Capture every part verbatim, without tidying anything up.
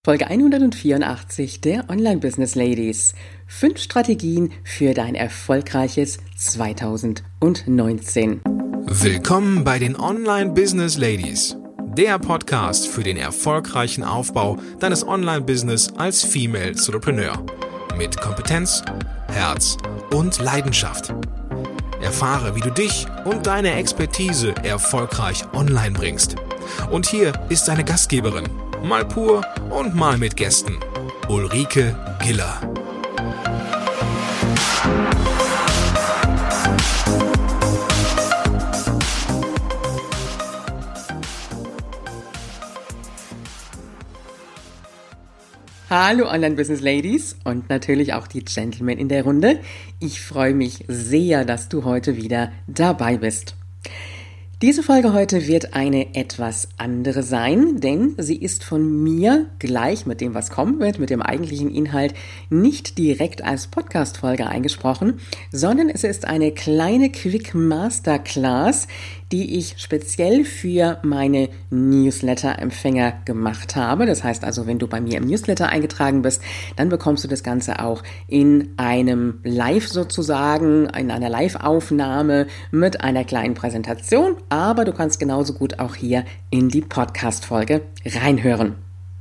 Folge hundertvierundachtzig der Online Business Ladies. Fünf Strategien für dein erfolgreiches zweitausendneunzehn. Willkommen bei den Online Business Ladies, der Podcast für den erfolgreichen Aufbau deines Online-Business als Female Entrepreneur. Mit Kompetenz, Herz und Leidenschaft. Erfahre, wie du dich und deine Expertise erfolgreich online bringst. Und hier ist deine Gastgeberin, mal pur und mal mit Gästen, Ulrike Giller. Hallo Online Business Ladies und natürlich auch die Gentlemen in der Runde. Ich freue mich sehr, dass du heute wieder dabei bist. Diese Folge heute wird eine etwas andere sein, denn sie ist von mir gleich mit dem, was kommen wird, mit dem eigentlichen Inhalt, nicht direkt als Podcast-Folge eingesprochen, sondern es ist eine kleine Quick Masterclass, die ich speziell für meine Newsletter-Empfänger gemacht habe. Das heißt also, wenn du bei mir im Newsletter eingetragen bist, dann bekommst du das Ganze auch in einem Live sozusagen, in einer Live-Aufnahme mit einer kleinen Präsentation. Aber du kannst genauso gut auch hier in die Podcast-Folge reinhören.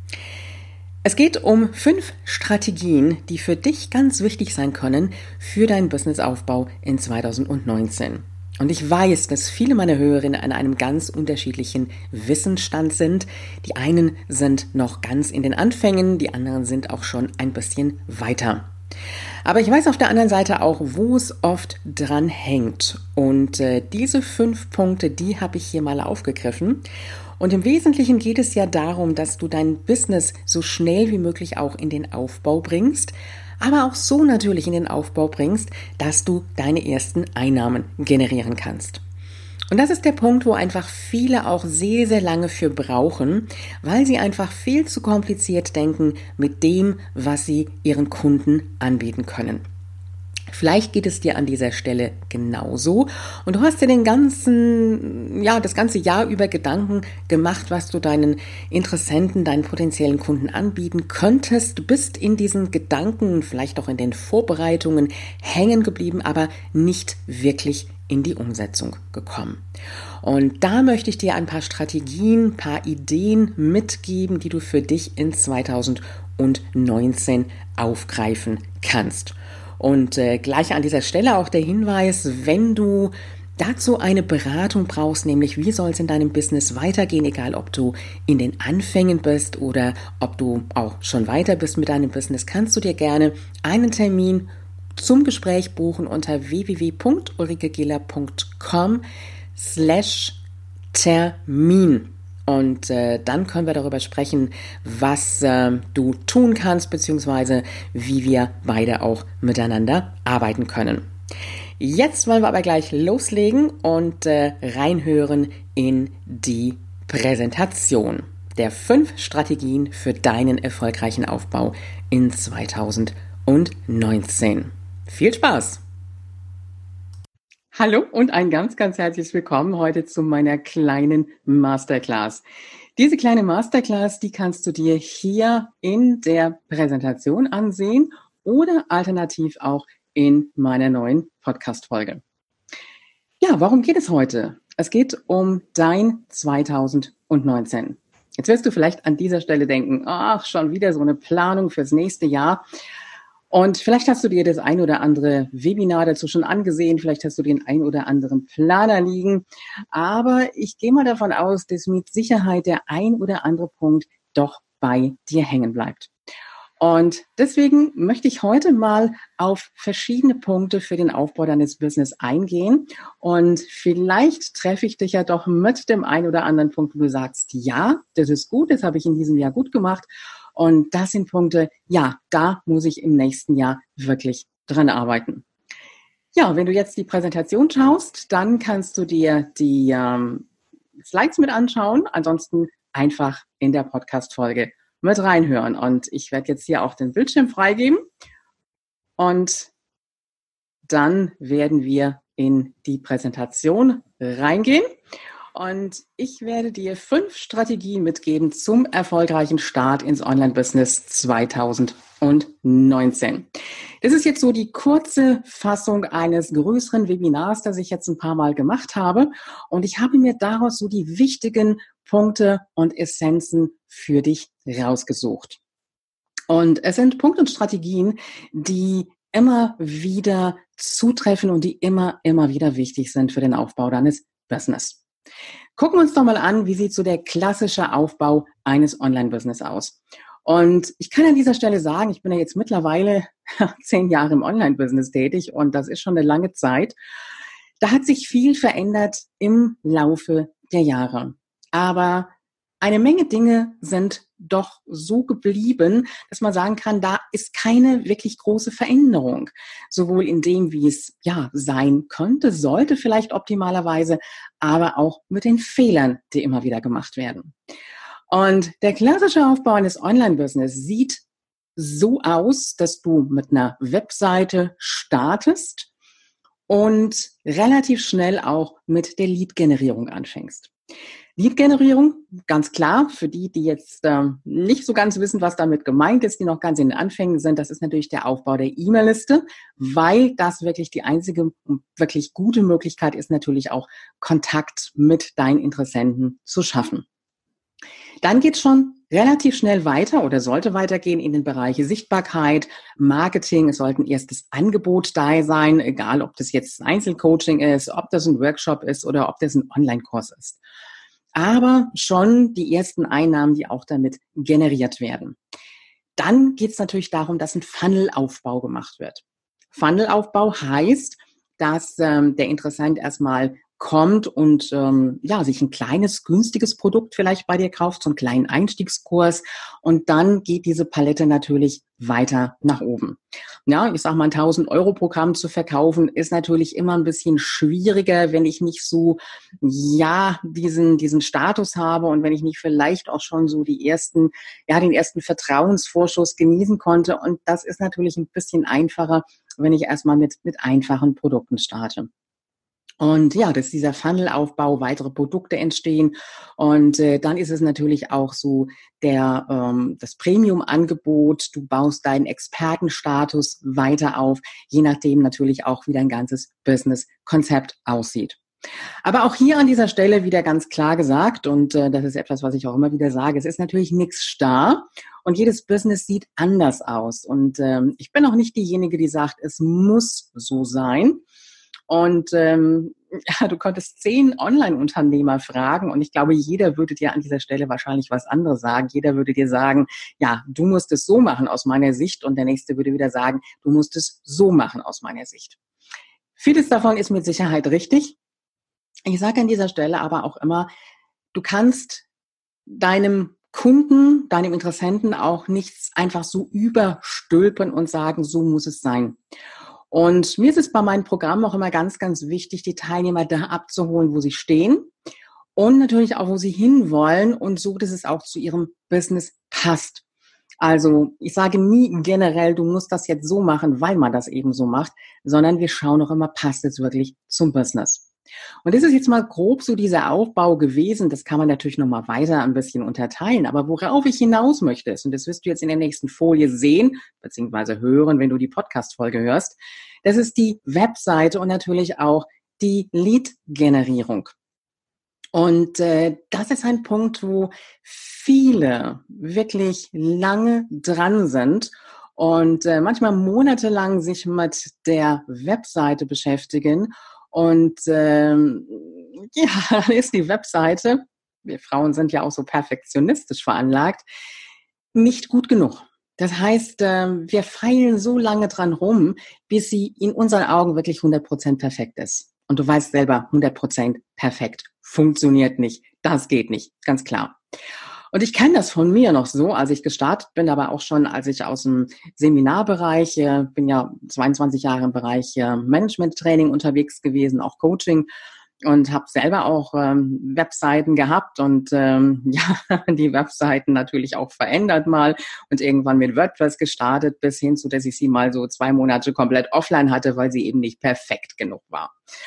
Es geht um fünf Strategien, die für dich ganz wichtig sein können für deinen Businessaufbau in zweitausendneunzehn. Und ich weiß, dass viele meiner Hörerinnen an einem ganz unterschiedlichen Wissensstand sind. Die einen sind noch ganz in den Anfängen, die anderen sind auch schon ein bisschen weiter. Aber ich weiß auf der anderen Seite auch, wo es oft dran hängt. Und äh, diese fünf Punkte, die habe ich hier mal aufgegriffen. Und im Wesentlichen geht es ja darum, dass du dein Business so schnell wie möglich auch in den Aufbau bringst, aber auch so natürlich in den Aufbau bringst, dass du deine ersten Einnahmen generieren kannst. Und das ist der Punkt, wo einfach viele auch sehr, sehr lange für brauchen, weil sie einfach viel zu kompliziert denken mit dem, was sie ihren Kunden anbieten können. Vielleicht geht es dir an dieser Stelle genauso und du hast dir den ganzen, ja, das ganze Jahr über Gedanken gemacht, was du deinen Interessenten, deinen potenziellen Kunden anbieten könntest. Du bist in diesen Gedanken, vielleicht auch in den Vorbereitungen hängen geblieben, aber nicht wirklich in die Umsetzung gekommen. Und da möchte ich dir ein paar Strategien, ein paar Ideen mitgeben, die du für dich in zweitausendneunzehn aufgreifen kannst. Und äh, gleich an dieser Stelle auch der Hinweis, wenn du dazu eine Beratung brauchst, nämlich wie soll es in deinem Business weitergehen, egal ob du in den Anfängen bist oder ob du auch schon weiter bist mit deinem Business, kannst du dir gerne einen Termin zum Gespräch buchen unter w w w punkt ulrikegiller punkt com slash Termin. Und äh, dann können wir darüber sprechen, was äh, du tun kannst, beziehungsweise wie wir beide auch miteinander arbeiten können. Jetzt wollen wir aber gleich loslegen und äh, reinhören in die Präsentation der fünf Strategien für deinen erfolgreichen Aufbau in zweitausendneunzehn. Viel Spaß! Hallo und ein ganz, ganz herzliches Willkommen heute zu meiner kleinen Masterclass. Diese kleine Masterclass, die kannst du dir hier in der Präsentation ansehen oder alternativ auch in meiner neuen Podcast-Folge. Ja, worum geht es heute? Es geht um dein zweitausendneunzehn. Jetzt wirst du vielleicht an dieser Stelle denken, ach, schon wieder so eine Planung fürs nächste Jahr. Und vielleicht hast du dir das ein oder andere Webinar dazu schon angesehen, vielleicht hast du den ein oder anderen Planer liegen, aber ich gehe mal davon aus, dass mit Sicherheit der ein oder andere Punkt doch bei dir hängen bleibt. Und deswegen möchte ich heute mal auf verschiedene Punkte für den Aufbau deines Business eingehen und vielleicht treffe ich dich ja doch mit dem ein oder anderen Punkt, wo du sagst, ja, das ist gut, das habe ich in diesem Jahr gut gemacht. Und das sind Punkte, ja, da muss ich im nächsten Jahr wirklich dran arbeiten. Ja, wenn du jetzt die Präsentation schaust, dann kannst du dir die ähm, Slides mit anschauen. Ansonsten einfach in der Podcast-Folge mit reinhören. Und ich werde jetzt hier auch den Bildschirm freigeben. Und dann werden wir in die Präsentation reingehen. und ich werde dir fünf Strategien mitgeben zum erfolgreichen Start ins Online-Business zwanzig neunzehn. Das ist jetzt so die kurze Fassung eines größeren Webinars, das ich jetzt ein paar Mal gemacht habe, und ich habe mir daraus so die wichtigen Punkte und Essenzen für dich rausgesucht. Und es sind Punkte und Strategien, die immer wieder zutreffen und die immer, immer wieder wichtig sind für den Aufbau deines Business. Gucken wir uns doch mal an, wie sieht so der klassische Aufbau eines Online-Business aus. Und ich kann an dieser Stelle sagen, ich bin ja jetzt mittlerweile zehn Jahre im Online-Business tätig und das ist schon eine lange Zeit. Da hat sich viel verändert im Laufe der Jahre. Aber eine Menge Dinge sind doch so geblieben, dass man sagen kann, da ist keine wirklich große Veränderung. Sowohl in dem, wie es ja sein könnte, sollte vielleicht optimalerweise, aber auch mit den Fehlern, die immer wieder gemacht werden. Und der klassische Aufbau eines Online-Business sieht so aus, dass du mit einer Webseite startest und relativ schnell auch mit der Lead-Generierung anfängst. Lead-Generierung, ganz klar, für die, die jetzt äh, nicht so ganz wissen, was damit gemeint ist, die noch ganz in den Anfängen sind, das ist natürlich der Aufbau der E-Mail-Liste, weil das wirklich die einzige und wirklich gute Möglichkeit ist, natürlich auch Kontakt mit deinen Interessenten zu schaffen. Dann geht es schon relativ schnell weiter oder sollte weitergehen in den Bereiche Sichtbarkeit, Marketing. Es sollte ein erstes Angebot da sein, egal ob das jetzt Einzelcoaching ist, ob das ein Workshop ist oder ob das ein Online-Kurs ist. Aber schon die ersten Einnahmen, die auch damit generiert werden. Dann geht es natürlich darum, dass ein Funnelaufbau gemacht wird. Funnelaufbau heißt, dass ähm, der Interessent erstmal kommt und ähm, ja sich ein kleines, günstiges Produkt vielleicht bei dir kauft, so einen kleinen Einstiegskurs, und dann geht diese Palette natürlich weiter nach oben. Ja, ich sag mal, ein tausend-Euro-Programm zu verkaufen ist natürlich immer ein bisschen schwieriger, wenn ich nicht so, ja, diesen diesen Status habe und wenn ich nicht vielleicht auch schon so die ersten, ja, den ersten Vertrauensvorschuss genießen konnte, und das ist natürlich ein bisschen einfacher, wenn ich erstmal mit mit einfachen Produkten starte. Und ja, dass dieser Funnelaufbau, weitere Produkte entstehen. Und äh, dann ist es natürlich auch so der ähm, das Premium-Angebot. Du baust deinen Expertenstatus weiter auf, je nachdem natürlich auch, wie dein ganzes Business-Konzept aussieht. Aber auch hier an dieser Stelle wieder ganz klar gesagt, und äh, das ist etwas, was ich auch immer wieder sage, es ist natürlich nichts starr und jedes Business sieht anders aus. Und ähm, ich bin auch nicht diejenige, die sagt, es muss so sein. Und ähm, ja, du konntest zehn Online-Unternehmer fragen und ich glaube, jeder würde dir an dieser Stelle wahrscheinlich was anderes sagen. Jeder würde dir sagen, ja, du musst es so machen aus meiner Sicht, und der nächste würde wieder sagen, du musst es so machen aus meiner Sicht. Vieles davon ist mit Sicherheit richtig. Ich sage an dieser Stelle aber auch immer, du kannst deinem Kunden, deinem Interessenten auch nichts einfach so überstülpen und sagen, so muss es sein. Und mir ist es bei meinen Programmen auch immer ganz, ganz wichtig, die Teilnehmer da abzuholen, wo sie stehen und natürlich auch, wo sie hinwollen, und so, dass es auch zu ihrem Business passt. Also ich sage nie generell, du musst das jetzt so machen, weil man das eben so macht, sondern wir schauen auch immer, passt es wirklich zum Business. Und das ist jetzt mal grob so dieser Aufbau gewesen. Das kann man natürlich nochmal weiter ein bisschen unterteilen. Aber worauf ich hinaus möchte, ist, und das wirst du jetzt in der nächsten Folie sehen, beziehungsweise hören, wenn du die Podcast-Folge hörst, das ist die Webseite und natürlich auch die Lead-Generierung. Und äh, das ist ein Punkt, wo viele wirklich lange dran sind und äh, manchmal monatelang sich mit der Webseite beschäftigen. Und ähm, ja, dann ist die Webseite, wir Frauen sind ja auch so perfektionistisch veranlagt, nicht gut genug. Das heißt, äh, wir feilen so lange dran rum, bis sie in unseren Augen wirklich hundert Prozent perfekt ist. Und du weißt selber, hundert Prozent perfekt funktioniert nicht. Das geht nicht, ganz klar. Und ich kenne das von mir noch so, als ich gestartet bin, aber auch schon, als ich aus dem Seminarbereich, äh, bin ja zweiundzwanzig Jahre im Bereich äh, Management-Training unterwegs gewesen, auch Coaching, und habe selber auch ähm, Webseiten gehabt und ähm, ja, die Webseiten natürlich auch verändert mal und irgendwann mit WordPress gestartet, bis hin zu, dass ich sie mal so zwei Monate komplett offline hatte, weil sie eben nicht perfekt genug war.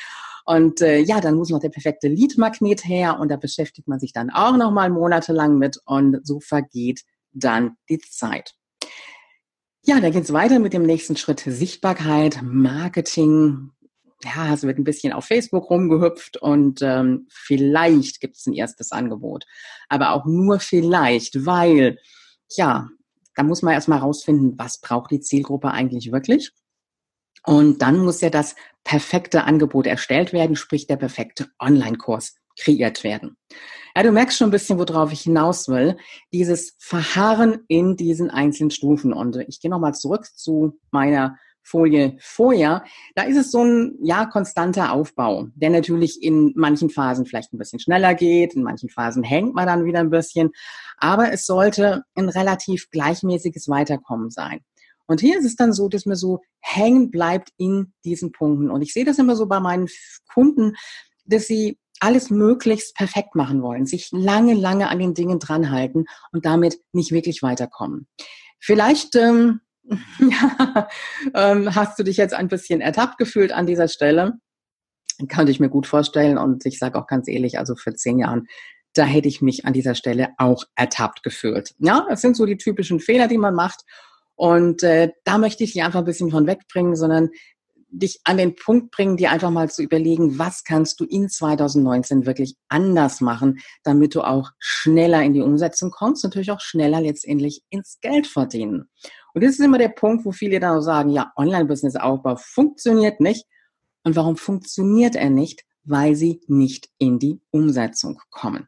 Und äh, ja, dann muss noch der perfekte Lead-Magnet her und da beschäftigt man sich dann auch nochmal monatelang mit und so vergeht dann die Zeit. Ja, da geht's weiter mit dem nächsten Schritt: Sichtbarkeit, Marketing. Ja, es wird ein bisschen auf Facebook rumgehüpft und ähm, vielleicht gibt's ein erstes Angebot. Aber auch nur vielleicht, weil, ja, da muss man erstmal rausfinden, was braucht die Zielgruppe eigentlich wirklich. Und dann muss ja das perfekte Angebot erstellt werden, sprich der perfekte Online-Kurs kreiert werden. Ja, du merkst schon ein bisschen, worauf ich hinaus will. Dieses Verharren in diesen einzelnen Stufen. Und ich gehe nochmal zurück zu meiner Folie vorher. Da ist es so ein, ja, konstanter Aufbau, der natürlich in manchen Phasen vielleicht ein bisschen schneller geht, in manchen Phasen hängt man dann wieder ein bisschen. Aber es sollte ein relativ gleichmäßiges Weiterkommen sein. Und hier ist es dann so, dass man so hängen bleibt in diesen Punkten. Und ich sehe das immer so bei meinen Kunden, dass sie alles möglichst perfekt machen wollen, sich lange, lange an den Dingen dran halten und damit nicht wirklich weiterkommen. Vielleicht ähm, ja, ähm, hast du dich jetzt ein bisschen ertappt gefühlt an dieser Stelle. Kann ich mir gut vorstellen. Und ich sage auch ganz ehrlich, also vor zehn Jahren, da hätte ich mich an dieser Stelle auch ertappt gefühlt. Ja, das sind so die typischen Fehler, die man macht. Und äh, da möchte ich dich einfach ein bisschen von wegbringen, sondern dich an den Punkt bringen, dir einfach mal zu überlegen, was kannst du in zwanzig neunzehn wirklich anders machen, damit du auch schneller in die Umsetzung kommst, natürlich auch schneller letztendlich ins Geld verdienen. Und das ist immer der Punkt, wo viele dann sagen, ja, Online-Business-Aufbau funktioniert nicht. Und warum funktioniert er nicht? Weil sie nicht in die Umsetzung kommen.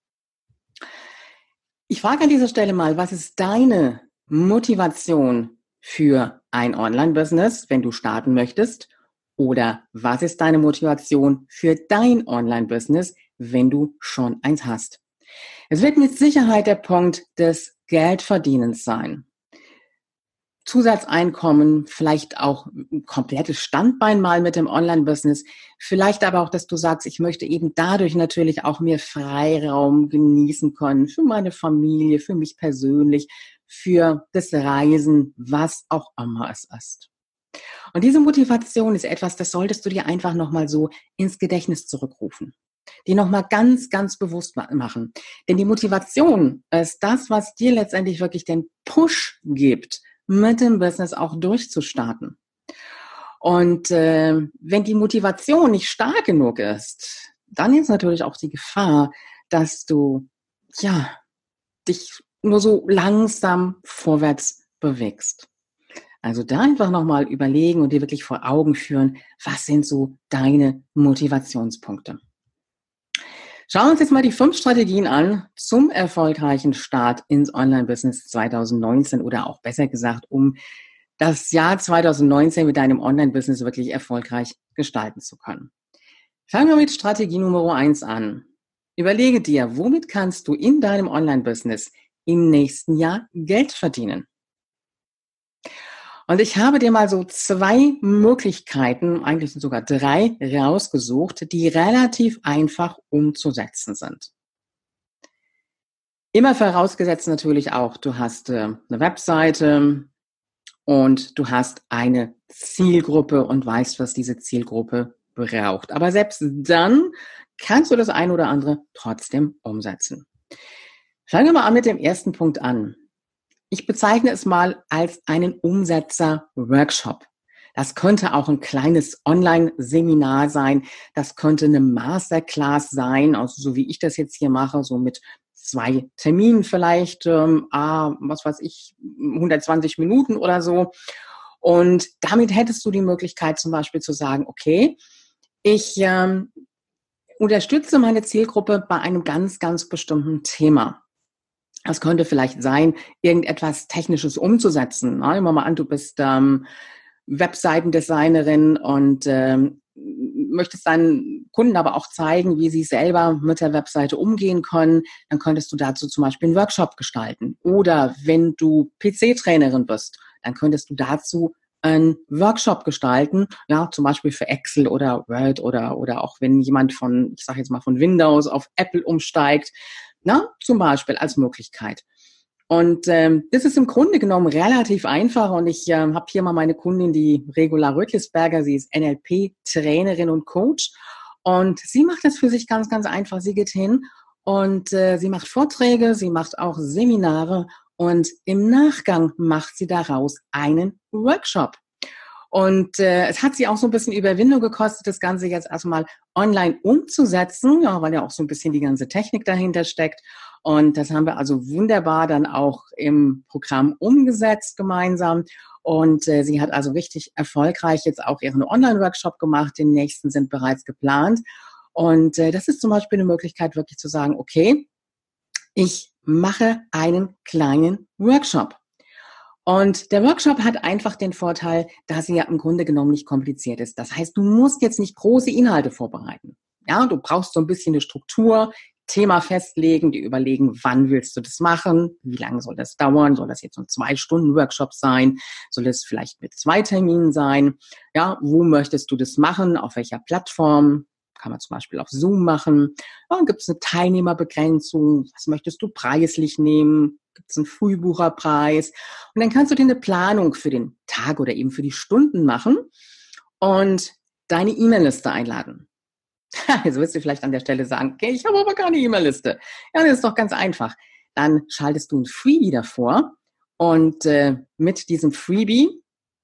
Ich frage an dieser Stelle mal, was ist deine Motivation für ein Online-Business, wenn du starten möchtest? Oder was ist deine Motivation für dein Online-Business, wenn du schon eins hast? Es wird mit Sicherheit der Punkt des Geldverdienens sein. Zusatzeinkommen, vielleicht auch ein komplettes Standbein mal mit dem Online-Business, vielleicht aber auch, dass du sagst, ich möchte eben dadurch natürlich auch mehr Freiraum genießen können für meine Familie, für mich persönlich, für das Reisen, was auch immer es ist. Und diese Motivation ist etwas, das solltest du dir einfach nochmal so ins Gedächtnis zurückrufen. Die nochmal ganz, ganz bewusst machen. Denn die Motivation ist das, was dir letztendlich wirklich den Push gibt, mit dem Business auch durchzustarten. Und äh, wenn die Motivation nicht stark genug ist, dann ist natürlich auch die Gefahr, dass du ja dich nur so langsam vorwärts bewegst. Also da einfach nochmal überlegen und dir wirklich vor Augen führen, was sind so deine Motivationspunkte. Schauen wir uns jetzt mal die fünf Strategien an zum erfolgreichen Start ins Online-Business zwanzig neunzehn oder auch besser gesagt, um das Jahr zwanzig neunzehn mit deinem Online-Business wirklich erfolgreich gestalten zu können. Fangen wir mit Strategie Nummer eins an. Überlege dir, womit kannst du in deinem Online-Business im nächsten Jahr Geld verdienen? Und ich habe dir mal so zwei Möglichkeiten, eigentlich sind sogar drei, rausgesucht, die relativ einfach umzusetzen sind. Immer vorausgesetzt natürlich auch, du hast äh, eine Webseite und du hast eine Zielgruppe und weißt, was diese Zielgruppe braucht. Aber selbst dann kannst du das ein oder andere trotzdem umsetzen. Fangen wir mal an mit dem ersten Punkt an. Ich bezeichne es mal als einen Umsetzer-Workshop. Das könnte auch ein kleines Online-Seminar sein. Das könnte eine Masterclass sein, also so wie ich das jetzt hier mache, so mit zwei Terminen vielleicht, ähm, ah, was weiß ich, hundertzwanzig Minuten oder so. Und damit hättest du die Möglichkeit zum Beispiel zu sagen, okay, ich ähm, unterstütze meine Zielgruppe bei einem ganz, ganz bestimmten Thema. Das könnte vielleicht sein, irgendetwas Technisches umzusetzen. Nehmen wir mal an, du bist ähm, Webseitendesignerin und ähm, möchtest deinen Kunden aber auch zeigen, wie sie selber mit der Webseite umgehen können. Dann könntest du dazu zum Beispiel einen Workshop gestalten. Oder wenn du P C-Trainerin bist, dann könntest du dazu einen Workshop gestalten, ja, zum Beispiel für Excel oder Word oder oder auch wenn jemand von, ich sage jetzt mal von Windows auf Apple umsteigt, na, zum Beispiel als Möglichkeit. Und ähm, das ist im Grunde genommen relativ einfach und ich ähm, habe hier mal meine Kundin, die Regula Rötlisberger, sie ist N L P-Trainerin und Coach Und sie macht das für sich ganz, ganz einfach. Sie geht hin und äh, sie macht Vorträge, sie macht auch Seminare und im Nachgang macht sie daraus einen Workshop. Und äh, es hat sie auch so ein bisschen Überwindung gekostet, das Ganze jetzt erstmal online umzusetzen, ja, weil ja auch so ein bisschen die ganze Technik dahinter steckt. Und das haben wir also wunderbar dann auch im Programm umgesetzt gemeinsam. Und äh, sie hat also richtig erfolgreich jetzt auch ihren Online-Workshop gemacht. Die nächsten sind bereits geplant. Und äh, das ist zum Beispiel eine Möglichkeit, wirklich zu sagen, okay, ich mache einen kleinen Workshop. Und der Workshop hat einfach den Vorteil, dass er ja im Grunde genommen nicht kompliziert ist. Das heißt, du musst jetzt nicht große Inhalte vorbereiten. Ja, du brauchst so ein bisschen eine Struktur, Thema festlegen, die überlegen, wann willst du das machen, wie lange soll das dauern, soll das jetzt so ein Zwei-Stunden-Workshop sein, soll es vielleicht mit zwei Terminen sein, ja, wo möchtest du das machen, auf welcher Plattform, kann man zum Beispiel auf Zoom machen, ja, gibt es eine Teilnehmerbegrenzung, was möchtest du preislich nehmen, gibt es einen Frühbucherpreis und dann kannst du dir eine Planung für den Tag oder eben für die Stunden machen und deine E-Mail-Liste einladen. Jetzt wirst du vielleicht an der Stelle sagen, okay, ich habe aber keine E-Mail-Liste. Ja, das ist doch ganz einfach. Dann schaltest du ein Freebie davor und äh, mit diesem Freebie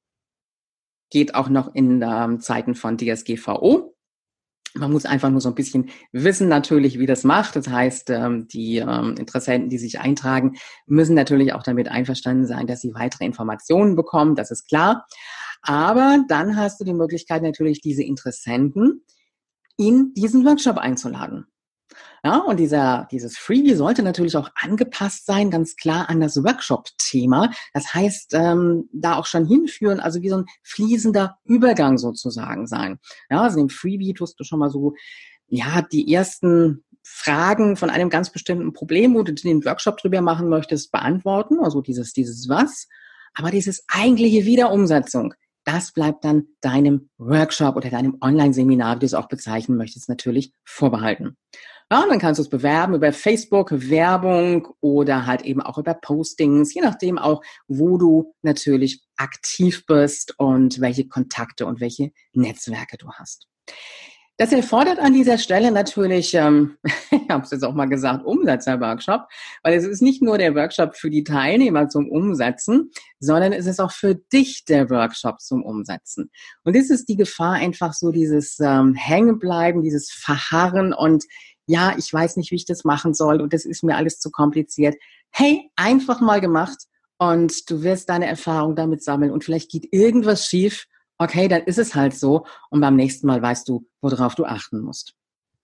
geht auch noch in ähm, Zeiten von D S G V O. Man muss einfach nur so ein bisschen wissen natürlich, wie das macht. Das heißt, ähm, die ähm, Interessenten, die sich eintragen, müssen natürlich auch damit einverstanden sein, dass sie weitere Informationen bekommen. Das ist klar. Aber dann hast du die Möglichkeit natürlich, diese Interessenten in diesen Workshop einzuladen. Ja, und dieser, dieses Freebie sollte natürlich auch angepasst sein, ganz klar an das Workshop-Thema. Das heißt, ähm, da auch schon hinführen, also wie so ein fließender Übergang sozusagen sein. Ja, also im Freebie tust du schon mal so, ja, die ersten Fragen von einem ganz bestimmten Problem, wo du den Workshop drüber machen möchtest, beantworten. Also dieses, dieses was. Aber dieses eigentliche Wiederumsetzung, das bleibt dann deinem Workshop oder deinem Online-Seminar, wie du es auch bezeichnen möchtest, natürlich vorbehalten. Ja, und dann kannst du es bewerben über Facebook, Werbung oder halt eben auch über Postings, je nachdem auch, wo du natürlich aktiv bist und welche Kontakte und welche Netzwerke du hast. Das erfordert an dieser Stelle natürlich, ähm, ich habe es jetzt auch mal gesagt, Umsetzer-Workshop, weil es ist nicht nur der Workshop für die Teilnehmer zum Umsetzen, sondern es ist auch für dich der Workshop zum Umsetzen. Und das ist die Gefahr, einfach so dieses ähm, Hängenbleiben, dieses Verharren und ja, ich weiß nicht, wie ich das machen soll und das ist mir alles zu kompliziert. Hey, einfach mal gemacht und du wirst deine Erfahrung damit sammeln und vielleicht geht irgendwas schief. Okay, dann ist es halt so und beim nächsten Mal weißt du, worauf du achten musst.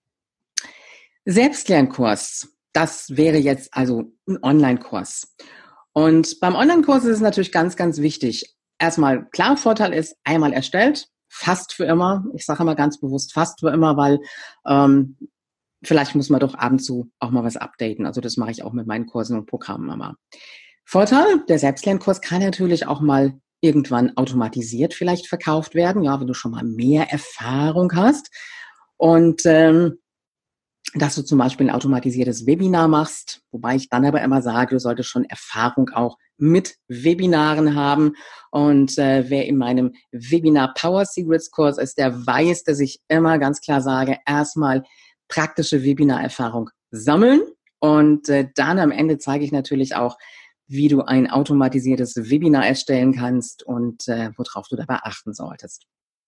Selbstlernkurs, das wäre jetzt also ein Online-Kurs. Und beim Online-Kurs ist es natürlich ganz, ganz wichtig. Erstmal, klar, Vorteil ist, einmal erstellt, fast für immer. Ich sage immer ganz bewusst fast für immer, weil ähm, vielleicht muss man doch ab und zu auch mal was updaten. Also das mache ich auch mit meinen Kursen und Programmen immer. Vorteil, der Selbstlernkurs kann natürlich auch mal irgendwann automatisiert vielleicht verkauft werden, ja, wenn du schon mal mehr Erfahrung hast. Und ähm, dass du zum Beispiel ein automatisiertes Webinar machst, wobei ich dann aber immer sage, du solltest schon Erfahrung auch mit Webinaren haben. Und äh, wer in meinem Webinar Power Secrets Kurs ist, der weiß, dass ich immer ganz klar sage, erstmal praktische Webinar-Erfahrung sammeln und äh, dann am Ende zeige ich natürlich auch, wie du ein automatisiertes Webinar erstellen kannst und äh, worauf du dabei achten solltest.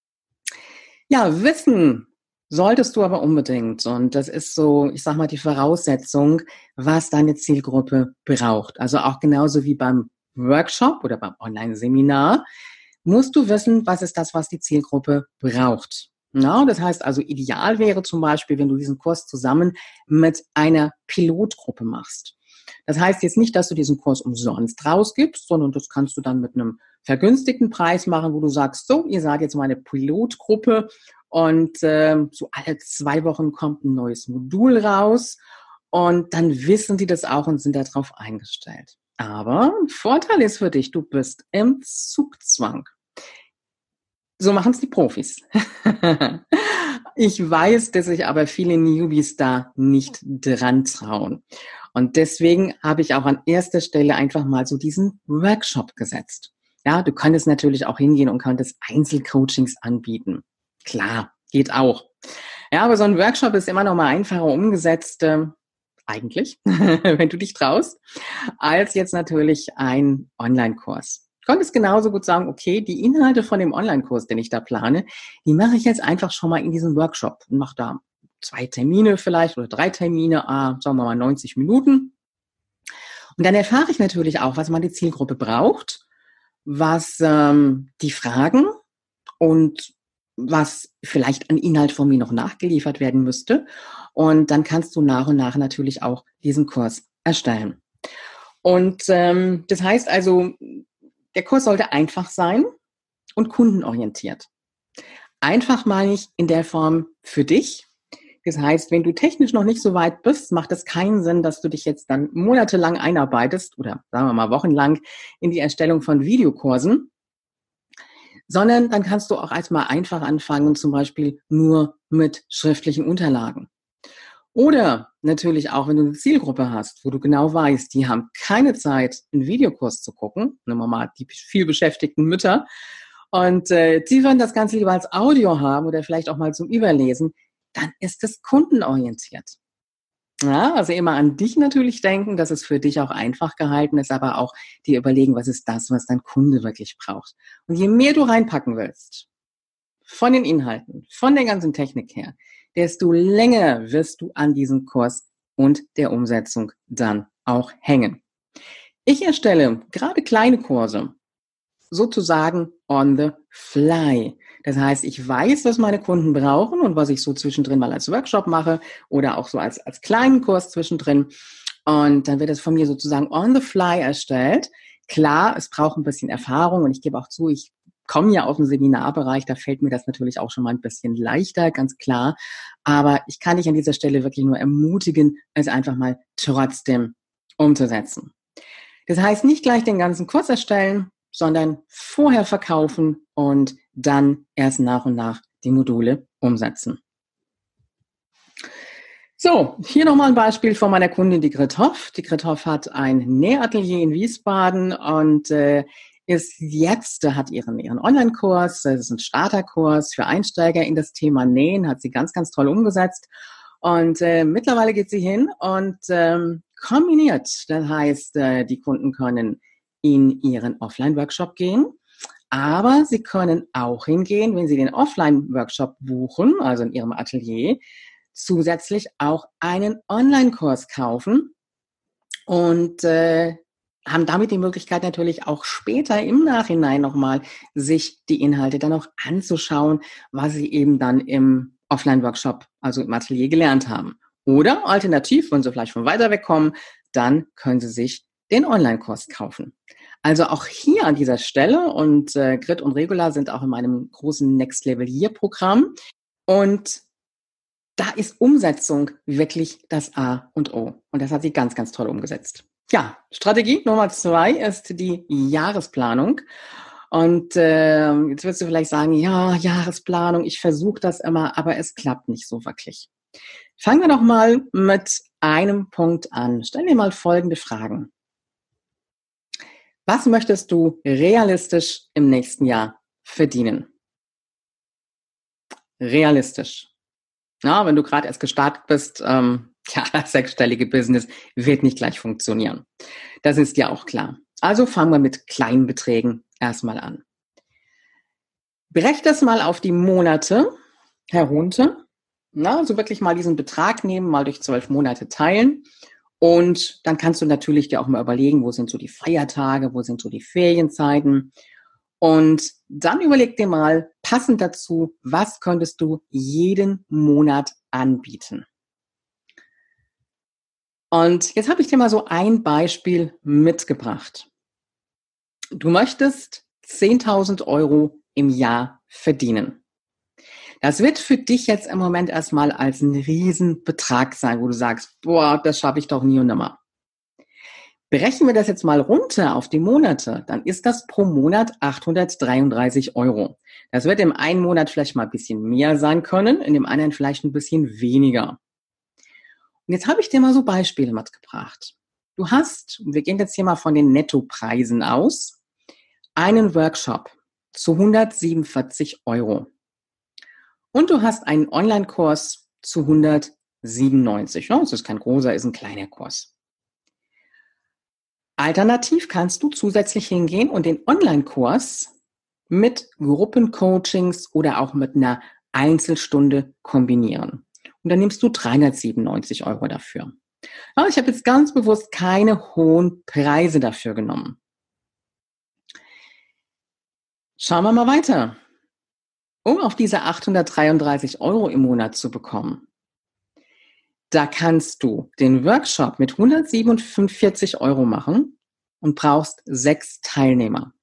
Ja, Wissen solltest du aber unbedingt und das ist so, ich sag mal, die Voraussetzung, was deine Zielgruppe braucht. Also auch genauso wie beim Workshop oder beim Online-Seminar musst du wissen, was ist das, was die Zielgruppe braucht. Ja, das heißt also, ideal wäre zum Beispiel, wenn du diesen Kurs zusammen mit einer Pilotgruppe machst. Das heißt jetzt nicht, dass du diesen Kurs umsonst rausgibst, sondern das kannst du dann mit einem vergünstigten Preis machen, wo du sagst, so, ihr seid jetzt meine Pilotgruppe und äh, so alle zwei Wochen kommt ein neues Modul raus und dann wissen die das auch und sind darauf eingestellt. Aber ein Vorteil ist für dich, du bist im Zugzwang. So machen es die Profis. Ich weiß, dass sich aber viele Newbies da nicht dran trauen. Und deswegen habe ich auch an erster Stelle einfach mal so diesen Workshop gesetzt. Ja, du könntest natürlich auch hingehen und könntest Einzelcoachings anbieten. Klar, geht auch. Ja, aber so ein Workshop ist immer noch mal einfacher umgesetzt, äh, eigentlich, wenn du dich traust, als jetzt natürlich ein Online-Kurs. Du könntest genauso gut sagen, okay, die Inhalte von dem Online-Kurs, den ich da plane, die mache ich jetzt einfach schon mal in diesem Workshop und mache da zwei Termine vielleicht oder drei Termine, ah, sagen wir mal neunzig Minuten. Und dann erfahre ich natürlich auch, was meine Zielgruppe braucht, was ähm, die fragen und was vielleicht an Inhalt von mir noch nachgeliefert werden müsste. Und dann kannst du nach und nach natürlich auch diesen Kurs erstellen. Und ähm, das heißt also, der Kurs sollte einfach sein und kundenorientiert. Einfach meine ich in der Form für dich. Das heißt, wenn du technisch noch nicht so weit bist, macht es keinen Sinn, dass du dich jetzt dann monatelang einarbeitest oder sagen wir mal wochenlang in die Erstellung von Videokursen, sondern dann kannst du auch erstmal einfach anfangen, zum Beispiel nur mit schriftlichen Unterlagen. Oder natürlich auch, wenn du eine Zielgruppe hast, wo du genau weißt, die haben keine Zeit, einen Videokurs zu gucken, nehmen wir mal die viel beschäftigten Mütter, und äh, die würden das Ganze lieber als Audio haben oder vielleicht auch mal zum Überlesen, dann ist es kundenorientiert. Ja, also immer an dich natürlich denken, dass es für dich auch einfach gehalten ist, aber auch dir überlegen, was ist das, was dein Kunde wirklich braucht. Und je mehr du reinpacken willst, von den Inhalten, von der ganzen Technik her, desto länger wirst du an diesem Kurs und der Umsetzung dann auch hängen. Ich erstelle gerade kleine Kurse, sozusagen on the fly. Das heißt, ich weiß, was meine Kunden brauchen und was ich so zwischendrin mal als Workshop mache oder auch so als, als kleinen Kurs zwischendrin. Und dann wird es von mir sozusagen on the fly erstellt. Klar, es braucht ein bisschen Erfahrung und ich gebe auch zu, ich komme ja aus dem Seminarbereich, da fällt mir das natürlich auch schon mal ein bisschen leichter, ganz klar. Aber ich kann dich an dieser Stelle wirklich nur ermutigen, es einfach mal trotzdem umzusetzen. Das heißt, nicht gleich den ganzen Kurs erstellen, sondern vorher verkaufen und dann erst nach und nach die Module umsetzen. So, hier nochmal ein Beispiel von meiner Kundin, die Grit Hoff. Die Grit Hoff hat ein Nähatelier in Wiesbaden und äh, ist jetzt, hat ihren, ihren Online-Kurs, das ist ein Starterkurs für Einsteiger in das Thema Nähen, hat sie ganz, ganz toll umgesetzt. Und äh, mittlerweile geht sie hin und ähm, kombiniert. Das heißt, äh, die Kunden können in ihren Offline-Workshop gehen, aber sie können auch hingehen, wenn sie den Offline-Workshop buchen, also in ihrem Atelier, zusätzlich auch einen Online-Kurs kaufen und äh, haben damit die Möglichkeit natürlich auch später im Nachhinein nochmal sich die Inhalte dann auch anzuschauen, was sie eben dann im Offline-Workshop, also im Atelier gelernt haben. Oder alternativ, wenn sie vielleicht von weiter weg kommen, dann können sie sich den Online-Kurs kaufen. Also auch hier an dieser Stelle und äh, Grit und Regula sind auch in meinem großen Next Level Year Programm und da ist Umsetzung wirklich das A und O und das hat sie ganz, ganz toll umgesetzt. Ja, Strategie Nummer zwei ist die Jahresplanung und äh, jetzt wirst du vielleicht sagen, ja, Jahresplanung, ich versuche das immer, aber es klappt nicht so wirklich. Fangen wir doch mal mit einem Punkt an. Stell dir mal folgende Fragen. Was möchtest du realistisch im nächsten Jahr verdienen? Realistisch. Ja, wenn du gerade erst gestartet bist, ähm, ja, das sechsstellige Business wird nicht gleich funktionieren. Das ist ja auch klar. Also fangen wir mit kleinen Beträgen erstmal an. Brech das mal auf die Monate herunter. Na, also wirklich mal diesen Betrag nehmen, mal durch zwölf Monate teilen. Und dann kannst du natürlich dir auch mal überlegen, wo sind so die Feiertage, wo sind so die Ferienzeiten. Und dann überleg dir mal, passend dazu, was könntest du jeden Monat anbieten? Und jetzt habe ich dir mal so ein Beispiel mitgebracht. Du möchtest zehntausend Euro im Jahr verdienen. Das wird für dich jetzt im Moment erstmal als ein Riesenbetrag sein, wo du sagst, boah, das schaffe ich doch nie und nimmer. Brechen wir das jetzt mal runter auf die Monate, dann ist das pro Monat achthundertdreiunddreißig Euro. Das wird im einen Monat vielleicht mal ein bisschen mehr sein können, in dem anderen vielleicht ein bisschen weniger. Und jetzt habe ich dir mal so Beispiele mitgebracht. Du hast, und wir gehen jetzt hier mal von den Nettopreisen aus, einen Workshop zu hundertsiebenundvierzig Euro. Und du hast einen Online-Kurs zu hundertsiebenundneunzig. Ja, es ist kein großer, ist ein kleiner Kurs. Alternativ kannst du zusätzlich hingehen und den Online-Kurs mit Gruppencoachings oder auch mit einer Einzelstunde kombinieren. Und dann nimmst du dreihundertsiebenundneunzig Euro dafür. Ja, ich habe jetzt ganz bewusst keine hohen Preise dafür genommen. Schauen wir mal weiter. Um auf diese achthundertdreiunddreißig Euro im Monat zu bekommen, da kannst du den Workshop mit hundertsiebenundvierzig Euro machen und brauchst sechs Teilnehmer.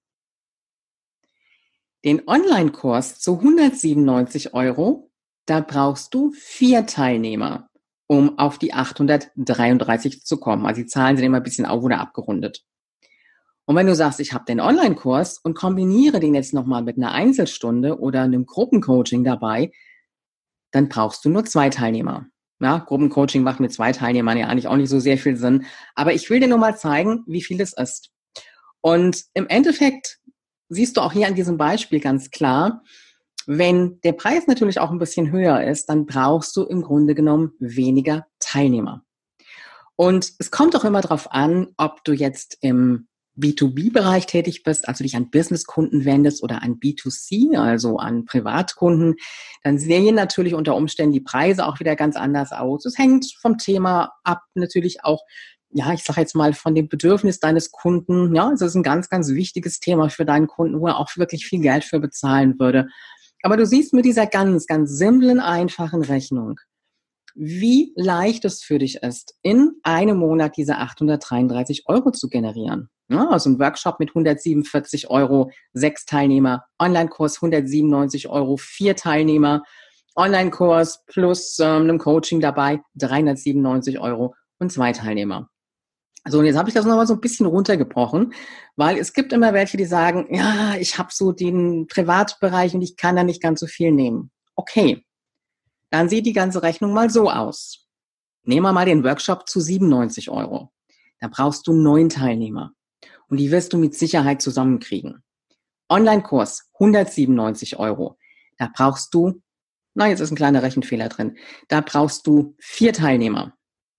Den Online-Kurs zu hundertsiebenundneunzig Euro, da brauchst du vier Teilnehmer, um auf die achthundertdreiunddreißig zu kommen. Also die Zahlen sind immer ein bisschen auf- oder abgerundet. Und wenn du sagst, ich habe den Online-Kurs und kombiniere den jetzt nochmal mit einer Einzelstunde oder einem Gruppencoaching dabei, dann brauchst du nur zwei Teilnehmer. Ja, Gruppencoaching macht mit zwei Teilnehmern ja eigentlich auch nicht so sehr viel Sinn. Aber ich will dir nur mal zeigen, wie viel es ist. Und im Endeffekt siehst du auch hier an diesem Beispiel ganz klar, wenn der Preis natürlich auch ein bisschen höher ist, dann brauchst du im Grunde genommen weniger Teilnehmer. Und es kommt auch immer darauf an, ob du jetzt im B zwei B-Bereich tätig bist, also dich an Businesskunden wendest oder an B zwei C, also an Privatkunden, dann sehen natürlich unter Umständen die Preise auch wieder ganz anders aus. Es hängt vom Thema ab, natürlich auch, ja, ich sage jetzt mal von dem Bedürfnis deines Kunden. Ja, es ist ein ganz, ganz wichtiges Thema für deinen Kunden, wo er auch wirklich viel Geld für bezahlen würde. Aber du siehst mit dieser ganz, ganz simplen, einfachen Rechnung, wie leicht es für dich ist, in einem Monat diese achthundertdreiunddreißig Euro zu generieren. Ja, also ein Workshop mit hundertsiebenundvierzig Euro, sechs Teilnehmer, Online-Kurs hundertsiebenundneunzig Euro, vier Teilnehmer, Online-Kurs plus ähm, einem Coaching dabei, dreihundertsiebenundneunzig Euro und zwei Teilnehmer. So, und jetzt habe ich das nochmal so ein bisschen runtergebrochen, weil es gibt immer welche, die sagen, ja, ich habe so den Privatbereich und ich kann da nicht ganz so viel nehmen. Okay, dann sieht die ganze Rechnung mal so aus. Nehmen wir mal den Workshop zu siebenundneunzig Euro. Da brauchst du neun Teilnehmer. Und die wirst du mit Sicherheit zusammenkriegen. Online-Kurs hundertsiebenundneunzig Euro. Da brauchst du, na, jetzt ist ein kleiner Rechenfehler drin. Da brauchst du vier Teilnehmer.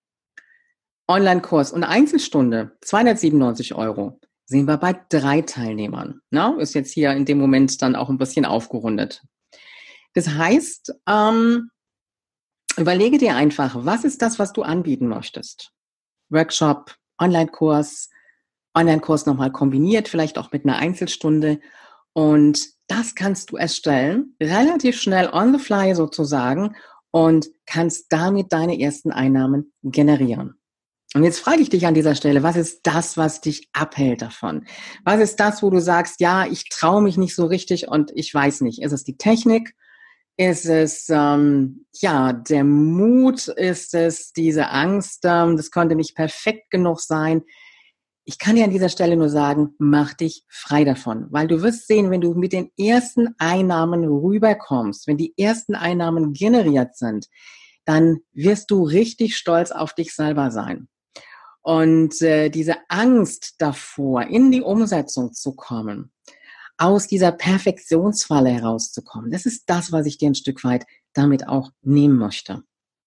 Online-Kurs und Einzelstunde zweihundertsiebenundneunzig Euro. Sehen wir bei drei Teilnehmern. Na, ist jetzt hier in dem Moment dann auch ein bisschen aufgerundet. Das heißt, ähm, überlege dir einfach, was ist das, was du anbieten möchtest? Workshop, Online-Kurs, Online-Kurs nochmal kombiniert, vielleicht auch mit einer Einzelstunde. Und das kannst du erstellen, relativ schnell on the fly sozusagen, und kannst damit deine ersten Einnahmen generieren. Und jetzt frage ich dich an dieser Stelle, was ist das, was dich abhält davon? Was ist das, wo du sagst, ja, ich traue mich nicht so richtig und ich weiß nicht. Ist es die Technik? Ist es ähm, ja der Mut? Ist es diese Angst? Ähm, das konnte nicht perfekt genug sein. Ich kann dir an dieser Stelle nur sagen, mach dich frei davon, weil du wirst sehen, wenn du mit den ersten Einnahmen rüberkommst, wenn die ersten Einnahmen generiert sind, dann wirst du richtig stolz auf dich selber sein. Und äh, diese Angst davor, in die Umsetzung zu kommen, aus dieser Perfektionsfalle herauszukommen, das ist das, was ich dir ein Stück weit damit auch nehmen möchte.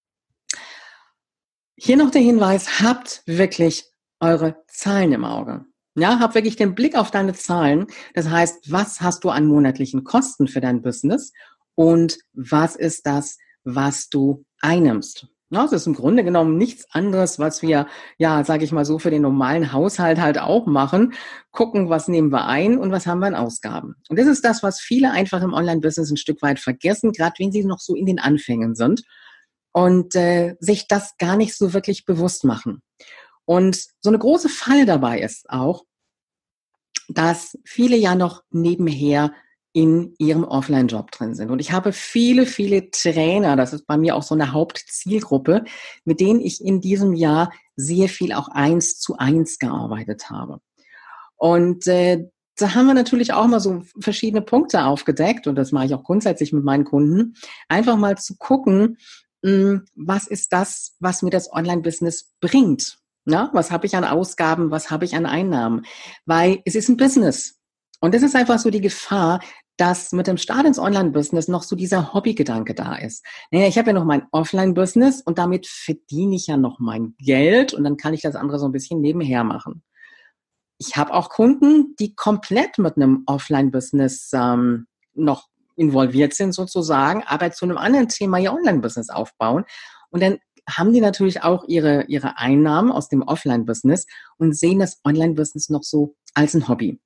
Hier noch der Hinweis, habt wirklich eure Zahlen im Auge. Ja, hab wirklich den Blick auf deine Zahlen. Das heißt, was hast du an monatlichen Kosten für dein Business und was ist das, was du einnimmst? Ja, das ist im Grunde genommen nichts anderes, was wir, ja, sage ich mal so, für den normalen Haushalt halt auch machen. Gucken, was nehmen wir ein und was haben wir an Ausgaben. Und das ist das, was viele einfach im Online-Business ein Stück weit vergessen, gerade wenn sie noch so in den Anfängen sind und äh, sich das gar nicht so wirklich bewusst machen. Und so eine große Falle dabei ist auch, dass viele ja noch nebenher in ihrem Offline-Job drin sind. Und ich habe viele, viele Trainer, das ist bei mir auch so eine Hauptzielgruppe, mit denen ich in diesem Jahr sehr viel auch eins zu eins gearbeitet habe. Und äh, da haben wir natürlich auch mal so verschiedene Punkte aufgedeckt und das mache ich auch grundsätzlich mit meinen Kunden, einfach mal zu gucken, mh, was ist das, was mir das Online-Business bringt? Na, was habe ich an Ausgaben, was habe ich an Einnahmen? Weil es ist ein Business. Und das ist einfach so die Gefahr, dass mit dem Start ins Online-Business noch so dieser Hobbygedanke da ist. Naja, ich habe ja noch mein Offline-Business und damit verdiene ich ja noch mein Geld und dann kann ich das andere so ein bisschen nebenher machen. Ich habe auch Kunden, die komplett mit einem Offline-Business ähm, noch involviert sind sozusagen, aber zu einem anderen Thema ihr Online-Business aufbauen. Und dann haben die natürlich auch ihre, ihre Einnahmen aus dem Offline-Business und sehen das Online-Business noch so als ein Hobby.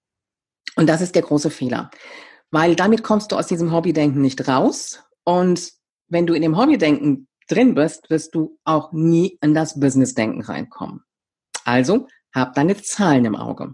Und das ist der große Fehler, weil damit kommst du aus diesem Hobbydenken nicht raus. Und wenn du in dem Hobbydenken drin bist, wirst du auch nie in das Businessdenken reinkommen. Also hab deine Zahlen im Auge.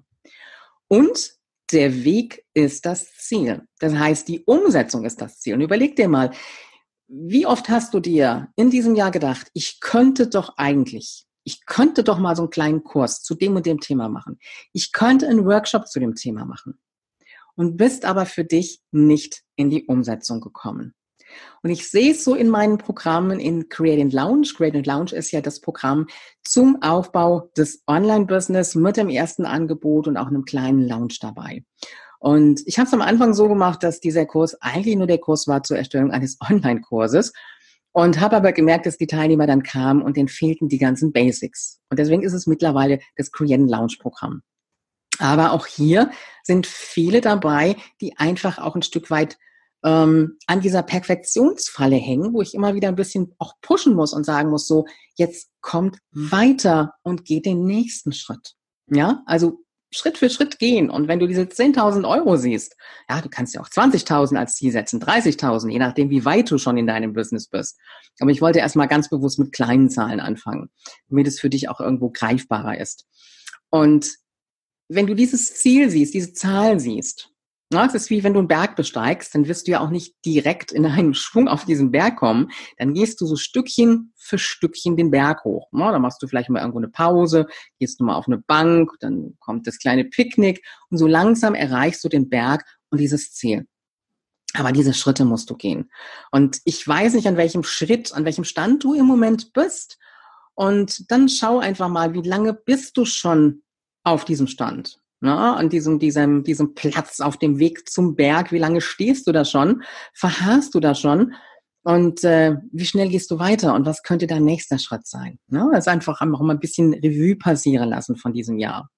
Und der Weg ist das Ziel. Das heißt, die Umsetzung ist das Ziel. Und überleg dir mal, wie oft hast du dir in diesem Jahr gedacht, ich könnte doch eigentlich, ich könnte doch mal so einen kleinen Kurs zu dem und dem Thema machen. Ich könnte einen Workshop zu dem Thema machen. Und bist aber für dich nicht in die Umsetzung gekommen. Und ich sehe es so in meinen Programmen in Create and Launch. Create and Launch ist ja das Programm zum Aufbau des Online-Business mit dem ersten Angebot und auch einem kleinen Launch dabei. Und ich habe es am Anfang so gemacht, dass dieser Kurs eigentlich nur der Kurs war zur Erstellung eines Online-Kurses und habe aber gemerkt, dass die Teilnehmer dann kamen und denen fehlten die ganzen Basics. Und deswegen ist es mittlerweile das Create and Launch Programm. Aber auch hier sind viele dabei, die einfach auch ein Stück weit ähm, an dieser Perfektionsfalle hängen, wo ich immer wieder ein bisschen auch pushen muss und sagen muss, so, jetzt kommt weiter und geht den nächsten Schritt. Ja, also Schritt für Schritt gehen. Und wenn du diese zehntausend Euro siehst, ja, du kannst ja auch zwanzigtausend als Ziel setzen, dreißigtausend, je nachdem, wie weit du schon in deinem Business bist. Aber ich wollte erstmal ganz bewusst mit kleinen Zahlen anfangen, damit es für dich auch irgendwo greifbarer ist. Und wenn du dieses Ziel siehst, diese Zahl siehst, na, es ist wie wenn du einen Berg besteigst, dann wirst du ja auch nicht direkt in einem Schwung auf diesen Berg kommen. Dann gehst du so Stückchen für Stückchen den Berg hoch. Na, dann machst du vielleicht mal irgendwo eine Pause, gehst du mal auf eine Bank, dann kommt das kleine Picknick und so langsam erreichst du den Berg und dieses Ziel. Aber diese Schritte musst du gehen. Und ich weiß nicht, an welchem Schritt, an welchem Stand du im Moment bist. Und dann schau einfach mal, wie lange bist du schon auf diesem Stand, na, an diesem, diesem, diesem Platz auf dem Weg zum Berg. Wie lange stehst du da schon? Verharrst du da schon? Und äh, wie schnell gehst du weiter? Und was könnte dein nächster Schritt sein? Na, also einfach auch mal ein bisschen Revue passieren lassen von diesem Jahr.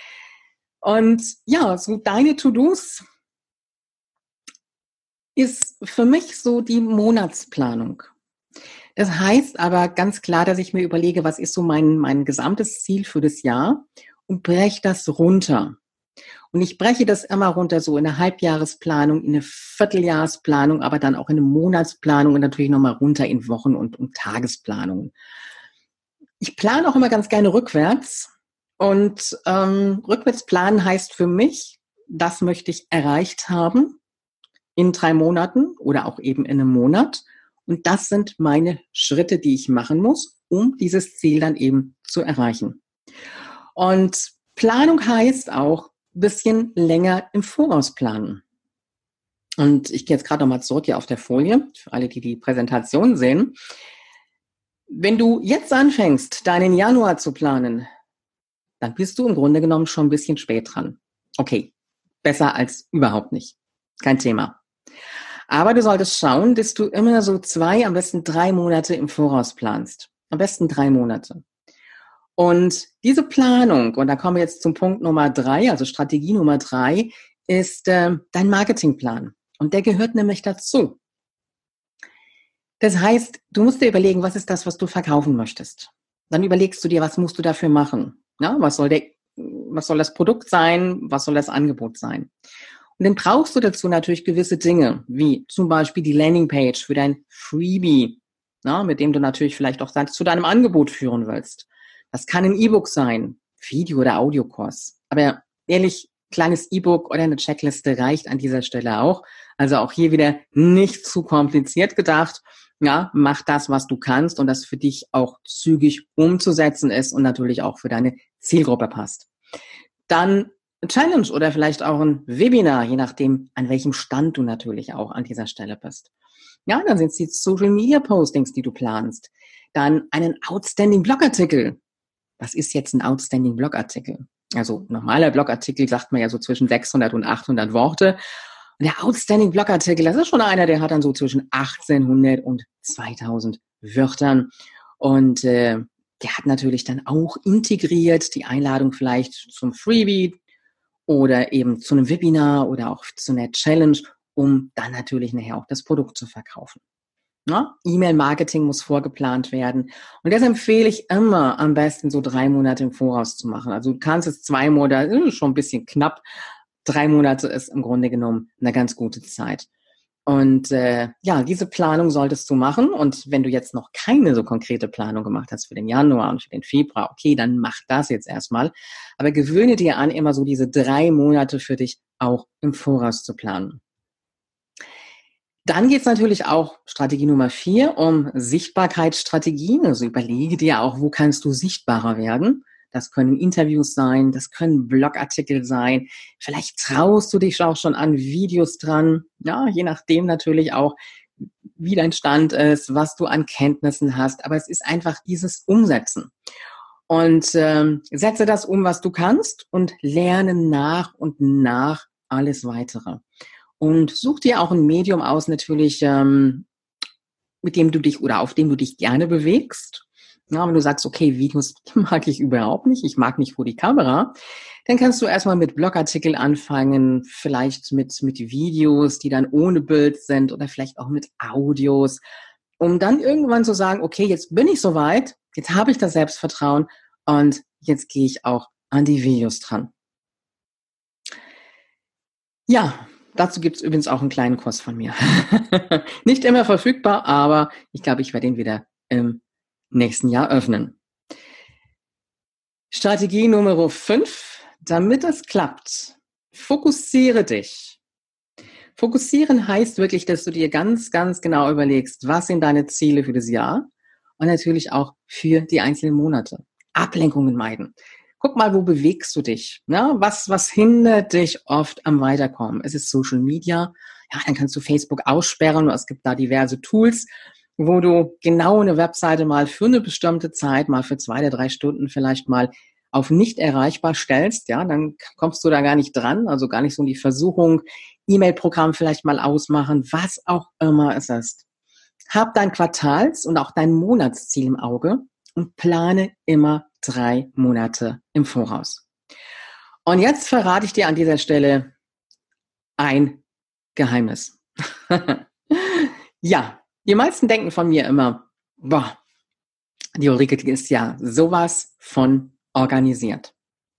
Und ja, so deine To-Dos ist für mich so die Monatsplanung. Das heißt aber ganz klar, dass ich mir überlege, was ist so mein, mein gesamtes Ziel für das Jahr? Und breche das runter. Und ich breche das immer runter so in eine Halbjahresplanung, in eine Vierteljahresplanung, aber dann auch in eine Monatsplanung und natürlich nochmal runter in Wochen- und, und Tagesplanungen. Ich plane auch immer ganz gerne rückwärts. Und ähm, rückwärts planen heißt für mich, das möchte ich erreicht haben in drei Monaten oder auch eben in einem Monat. Und das sind meine Schritte, die ich machen muss, um dieses Ziel dann eben zu erreichen. Und Planung heißt auch ein bisschen länger im Voraus planen. Und ich gehe jetzt gerade nochmal zurück hier auf der Folie, für alle, die die Präsentation sehen. Wenn du jetzt anfängst, deinen Januar zu planen, dann bist du im Grunde genommen schon ein bisschen spät dran. Okay, besser als überhaupt nicht. Kein Thema. Aber du solltest schauen, dass du immer so zwei, am besten drei Monate im Voraus planst. Am besten drei Monate. Und diese Planung, und da kommen wir jetzt zum Punkt Nummer drei, also Strategie Nummer drei, ist äh, dein Marketingplan. Und der gehört nämlich dazu. Das heißt, du musst dir überlegen, was ist das, was du verkaufen möchtest. Dann überlegst du dir, was musst du dafür machen? Ja, was soll der, was soll das Produkt sein? Was soll das Angebot sein? Und dann brauchst du dazu natürlich gewisse Dinge, wie zum Beispiel die Landingpage für dein Freebie, ja, mit dem du natürlich vielleicht auch zu deinem Angebot führen willst. Das kann ein E-Book sein, Video- oder Audiokurs. Aber ehrlich, kleines E-Book oder eine Checkliste reicht an dieser Stelle auch. Also auch hier wieder nicht zu kompliziert gedacht. Ja, mach das, was du kannst und das für dich auch zügig umzusetzen ist und natürlich auch für deine Zielgruppe passt. Dann eine Challenge oder vielleicht auch ein Webinar, je nachdem, an welchem Stand du natürlich auch an dieser Stelle bist. Ja, dann sind es die Social Media Postings, die du planst. Dann einen Outstanding Blogartikel. Was ist jetzt ein Outstanding Blogartikel? Also normaler Blogartikel sagt man ja so zwischen sechshundert und achthundert Worte. Und der Outstanding Blogartikel, das ist schon einer, der hat dann so zwischen achtzehnhundert und zweitausend Wörtern. Und äh, der hat natürlich dann auch integriert die Einladung vielleicht zum Freebie oder eben zu einem Webinar oder auch zu einer Challenge, um dann natürlich nachher auch das Produkt zu verkaufen. Ja? E-Mail-Marketing muss vorgeplant werden. Und das empfehle ich immer am besten so drei Monate im Voraus zu machen. Also du kannst es zwei Monate, das ist schon ein bisschen knapp. Drei Monate ist im Grunde genommen eine ganz gute Zeit. Und äh, ja, diese Planung solltest du machen. Und wenn du jetzt noch keine so konkrete Planung gemacht hast für den Januar und für den Februar, okay, dann mach das jetzt erstmal. Aber gewöhne dir an, immer so diese drei Monate für dich auch im Voraus zu planen. Dann geht es natürlich auch, Strategie Nummer vier, um Sichtbarkeitsstrategien. Also überlege dir auch, wo kannst du sichtbarer werden. Das können Interviews sein, das können Blogartikel sein. Vielleicht traust du dich auch schon an Videos dran. Ja, je nachdem natürlich auch, wie dein Stand ist, was du an Kenntnissen hast. Aber es ist einfach dieses Umsetzen. Und ähm, setze das um, was du kannst und lerne nach und nach alles Weitere. Und such dir auch ein Medium aus natürlich, ähm, mit dem du dich oder auf dem du dich gerne bewegst. Ja, wenn du sagst, okay, Videos mag ich überhaupt nicht, ich mag nicht vor die Kamera, dann kannst du erstmal mit Blogartikeln anfangen, vielleicht mit, mit Videos, die dann ohne Bild sind oder vielleicht auch mit Audios, um dann irgendwann zu sagen, okay, jetzt bin ich soweit, jetzt habe ich das Selbstvertrauen und jetzt gehe ich auch an die Videos dran. Ja, dazu gibt es übrigens auch einen kleinen Kurs von mir. Nicht immer verfügbar, aber ich glaube, ich werde ihn wieder im nächsten Jahr öffnen. Strategie Nummer fünf, damit es klappt, fokussiere dich. Fokussieren heißt wirklich, dass du dir ganz, ganz genau überlegst, was sind deine Ziele für das Jahr und natürlich auch für die einzelnen Monate. Ablenkungen meiden. Guck mal, wo bewegst du dich? Ja, was, was hindert dich oft am Weiterkommen? Es ist Social Media. Ja, dann kannst du Facebook aussperren. Es gibt da diverse Tools, wo du genau eine Webseite mal für eine bestimmte Zeit, mal für zwei oder drei Stunden vielleicht mal auf nicht erreichbar stellst. Ja, dann kommst du da gar nicht dran. Also gar nicht so in die Versuchung, E-Mail-Programm vielleicht mal ausmachen, was auch immer es ist. Hab dein Quartals- und auch dein Monatsziel im Auge und plane immer drei Monate im Voraus. Und jetzt verrate ich dir an dieser Stelle ein Geheimnis. Ja, die meisten denken von mir immer, boah, die Ulrike ist ja sowas von organisiert.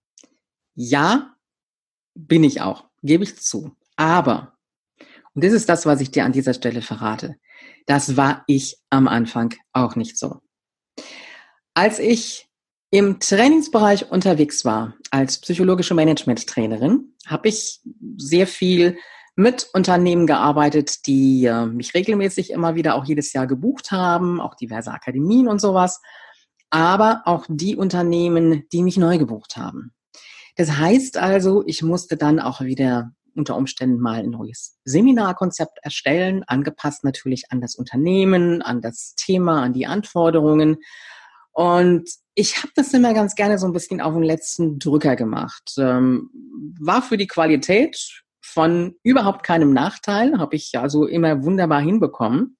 Ja, bin ich auch, gebe ich zu. Aber, und das ist das, was ich dir an dieser Stelle verrate, das war ich am Anfang auch nicht so. Als ich im Trainingsbereich unterwegs war, als psychologische Management-Trainerin, habe ich sehr viel mit Unternehmen gearbeitet, die äh, mich regelmäßig immer wieder auch jedes Jahr gebucht haben, auch diverse Akademien und sowas, aber auch die Unternehmen, die mich neu gebucht haben. Das heißt also, ich musste dann auch wieder unter Umständen mal ein neues Seminarkonzept erstellen, angepasst natürlich an das Unternehmen, an das Thema, an die Anforderungen. Und ich habe das immer ganz gerne so ein bisschen auf den letzten Drücker gemacht. Ähm, war für die Qualität von überhaupt keinem Nachteil, habe ich also immer wunderbar hinbekommen.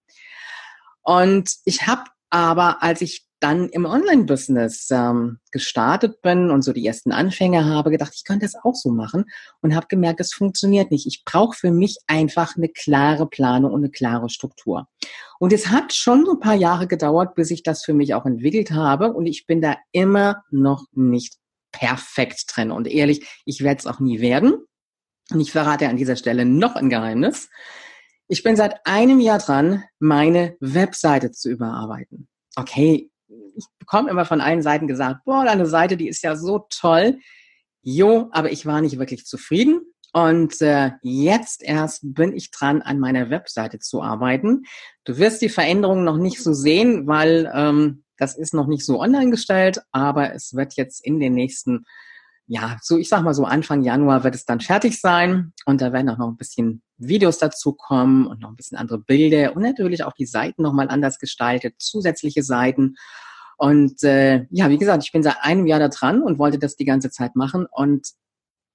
Und ich habe aber, als ich dann im Online-Business ähm, gestartet bin und so die ersten Anfänge habe, gedacht, ich könnte das auch so machen und habe gemerkt, es funktioniert nicht. Ich brauche für mich einfach eine klare Planung und eine klare Struktur. Und es hat schon so ein paar Jahre gedauert, bis ich das für mich auch entwickelt habe und ich bin da immer noch nicht perfekt drin. Und ehrlich, ich werde es auch nie werden. Und ich verrate an dieser Stelle noch ein Geheimnis. Ich bin seit einem Jahr dran, meine Webseite zu überarbeiten. Okay, ich bekomme immer von allen Seiten gesagt, boah, deine Seite, die ist ja so toll. Jo, aber ich war nicht wirklich zufrieden. Und äh, jetzt erst bin ich dran, an meiner Webseite zu arbeiten. Du wirst die Veränderungen noch nicht so sehen, weil ähm, das ist noch nicht so online gestellt, aber es wird jetzt in den nächsten, ja, so ich sag mal so Anfang Januar wird es dann fertig sein. Und da werden auch noch ein bisschen Videos dazu kommen und noch ein bisschen andere Bilder und natürlich auch die Seiten nochmal anders gestaltet, zusätzliche Seiten. Und äh, ja, wie gesagt, ich bin seit einem Jahr da dran und wollte das die ganze Zeit machen und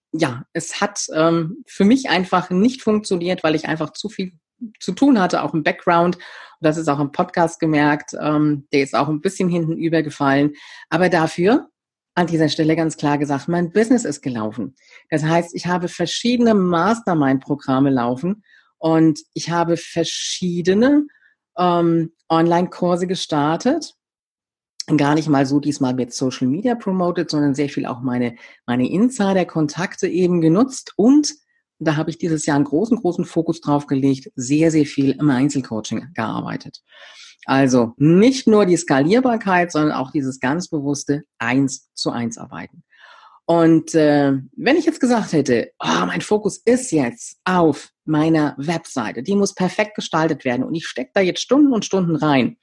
ja, es hat ähm, für mich einfach nicht funktioniert, weil ich einfach zu viel zu tun hatte, auch im Background. Und das ist auch im Podcast gemerkt. Ähm, der ist auch ein bisschen hinten übergefallen. Aber dafür an dieser Stelle ganz klar gesagt, mein Business ist gelaufen. Das heißt, ich habe verschiedene Mastermind-Programme laufen und ich habe verschiedene ähm, Online-Kurse gestartet. Gar nicht mal so diesmal mit Social Media promoted, sondern sehr viel auch meine, meine Insider-Kontakte eben genutzt. Und da habe ich dieses Jahr einen großen, großen Fokus drauf gelegt, sehr, sehr viel im Einzelcoaching gearbeitet. Also nicht nur die Skalierbarkeit, sondern auch dieses ganz bewusste Eins zu eins Arbeiten. Und äh, wenn ich jetzt gesagt hätte, oh, mein Fokus ist jetzt auf meiner Webseite, die muss perfekt gestaltet werden und ich stecke da jetzt Stunden und Stunden rein,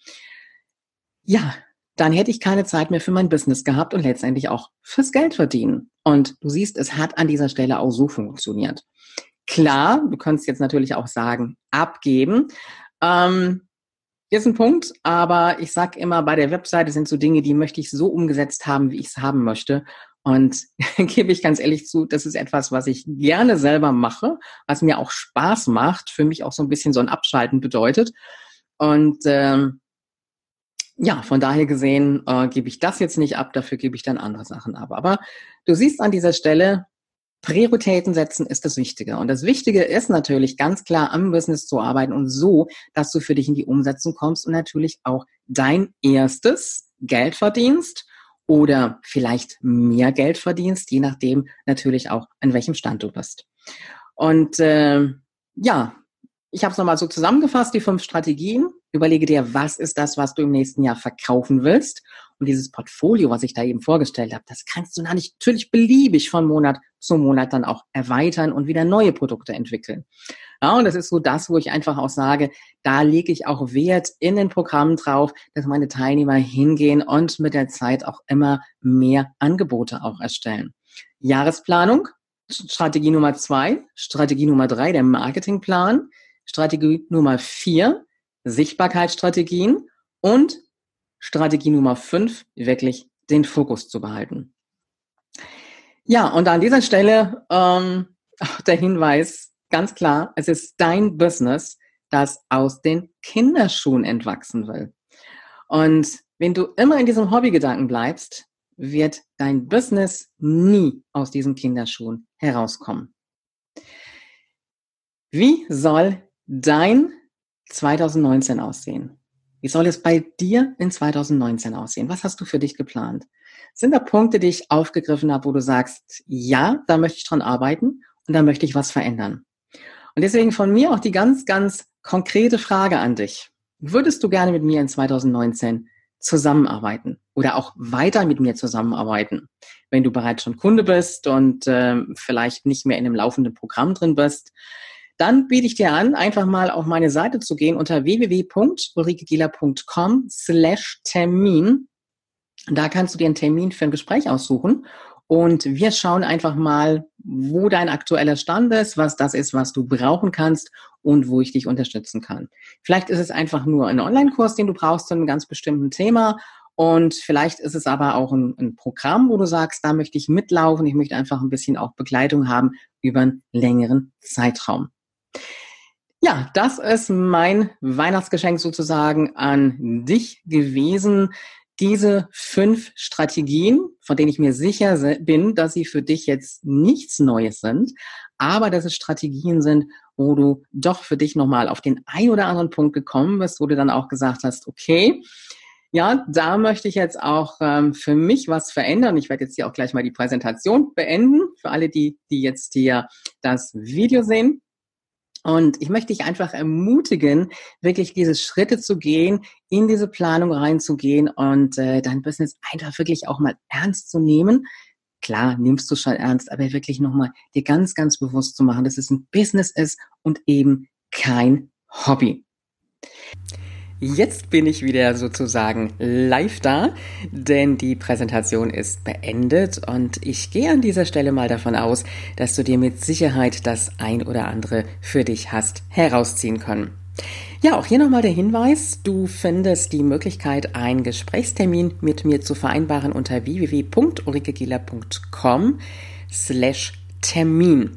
ja, dann hätte ich keine Zeit mehr für mein Business gehabt und letztendlich auch fürs Geld verdienen. Und du siehst, es hat an dieser Stelle auch so funktioniert. Klar, du kannst jetzt natürlich auch sagen, abgeben. Ähm, ist ein Punkt, aber ich sage immer, bei der Webseite sind so Dinge, die möchte ich so umgesetzt haben, wie ich es haben möchte. Und gebe ich ganz ehrlich zu, das ist etwas, was ich gerne selber mache, was mir auch Spaß macht, für mich auch so ein bisschen so ein Abschalten bedeutet. Und ähm, ja, von daher gesehen äh, gebe ich das jetzt nicht ab, dafür gebe ich dann andere Sachen ab. Aber du siehst an dieser Stelle, Prioritäten setzen ist das Wichtige. Und das Wichtige ist natürlich ganz klar am Business zu arbeiten und so, dass du für dich in die Umsetzung kommst und natürlich auch dein erstes Geld verdienst oder vielleicht mehr Geld verdienst, je nachdem natürlich auch, an welchem Stand du bist. Und äh, ja, ich habe es nochmal so zusammengefasst, die fünf Strategien. Überlege dir, was ist das, was du im nächsten Jahr verkaufen willst. Und dieses Portfolio, was ich da eben vorgestellt habe, das kannst du natürlich beliebig von Monat zu Monat dann auch erweitern und wieder neue Produkte entwickeln. Ja, und das ist so das, wo ich einfach auch sage, da lege ich auch Wert in den Programmen drauf, dass meine Teilnehmer hingehen und mit der Zeit auch immer mehr Angebote auch erstellen. Jahresplanung, Strategie Nummer zwei, Strategie Nummer drei, der Marketingplan, Strategie Nummer vier, Sichtbarkeitsstrategien und Strategie Nummer fünf, wirklich den Fokus zu behalten. Ja, und an dieser Stelle ähm, auch der Hinweis, ganz klar, es ist dein Business, das aus den Kinderschuhen entwachsen will. Und wenn du immer in diesem Hobbygedanken bleibst, wird dein Business nie aus diesen Kinderschuhen herauskommen. Wie soll dein zwanzig neunzehn aussehen? Wie soll es bei dir in zwanzig neunzehn aussehen? Was hast du für dich geplant? Sind da Punkte, die ich aufgegriffen habe, wo du sagst, ja, da möchte ich dran arbeiten und da möchte ich was verändern? Und deswegen von mir auch die ganz, ganz konkrete Frage an dich. Würdest du gerne mit mir in zwanzig neunzehn zusammenarbeiten oder auch weiter mit mir zusammenarbeiten? Wenn du bereits schon Kunde bist und äh, vielleicht nicht mehr in einem laufenden Programm drin bist, dann biete ich dir an, einfach mal auf meine Seite zu gehen unter w w w punkt ulrikegieler punkt com slash Termin. Da kannst du dir einen Termin für ein Gespräch aussuchen und wir schauen einfach mal, wo dein aktueller Stand ist, was das ist, was du brauchen kannst und wo ich dich unterstützen kann. Vielleicht ist es einfach nur ein Online-Kurs, den du brauchst zu einem ganz bestimmten Thema und vielleicht ist es aber auch ein, ein Programm, wo du sagst, da möchte ich mitlaufen, ich möchte einfach ein bisschen auch Begleitung haben über einen längeren Zeitraum. Ja, das ist mein Weihnachtsgeschenk sozusagen an dich gewesen. Diese fünf Strategien, von denen ich mir sicher bin, dass sie für dich jetzt nichts Neues sind, aber dass es Strategien sind, wo du doch für dich nochmal auf den ein oder anderen Punkt gekommen bist, wo du dann auch gesagt hast, okay, ja, da möchte ich jetzt auch ähm, für mich was verändern. Ich werde jetzt hier auch gleich mal die Präsentation beenden, für alle, die, die jetzt hier das Video sehen. Und ich möchte dich einfach ermutigen, wirklich diese Schritte zu gehen, in diese Planung reinzugehen und äh, dein Business einfach wirklich auch mal ernst zu nehmen. Klar, nimmst du schon ernst, aber wirklich nochmal dir ganz, ganz bewusst zu machen, dass es ein Business ist und eben kein Hobby. Jetzt bin ich wieder sozusagen live da, denn die Präsentation ist beendet und ich gehe an dieser Stelle mal davon aus, dass du dir mit Sicherheit das ein oder andere für dich hast herausziehen können. Ja, auch hier nochmal der Hinweis, du findest die Möglichkeit, einen Gesprächstermin mit mir zu vereinbaren unter w w w punkt ulrikegieler punkt com slash Termin.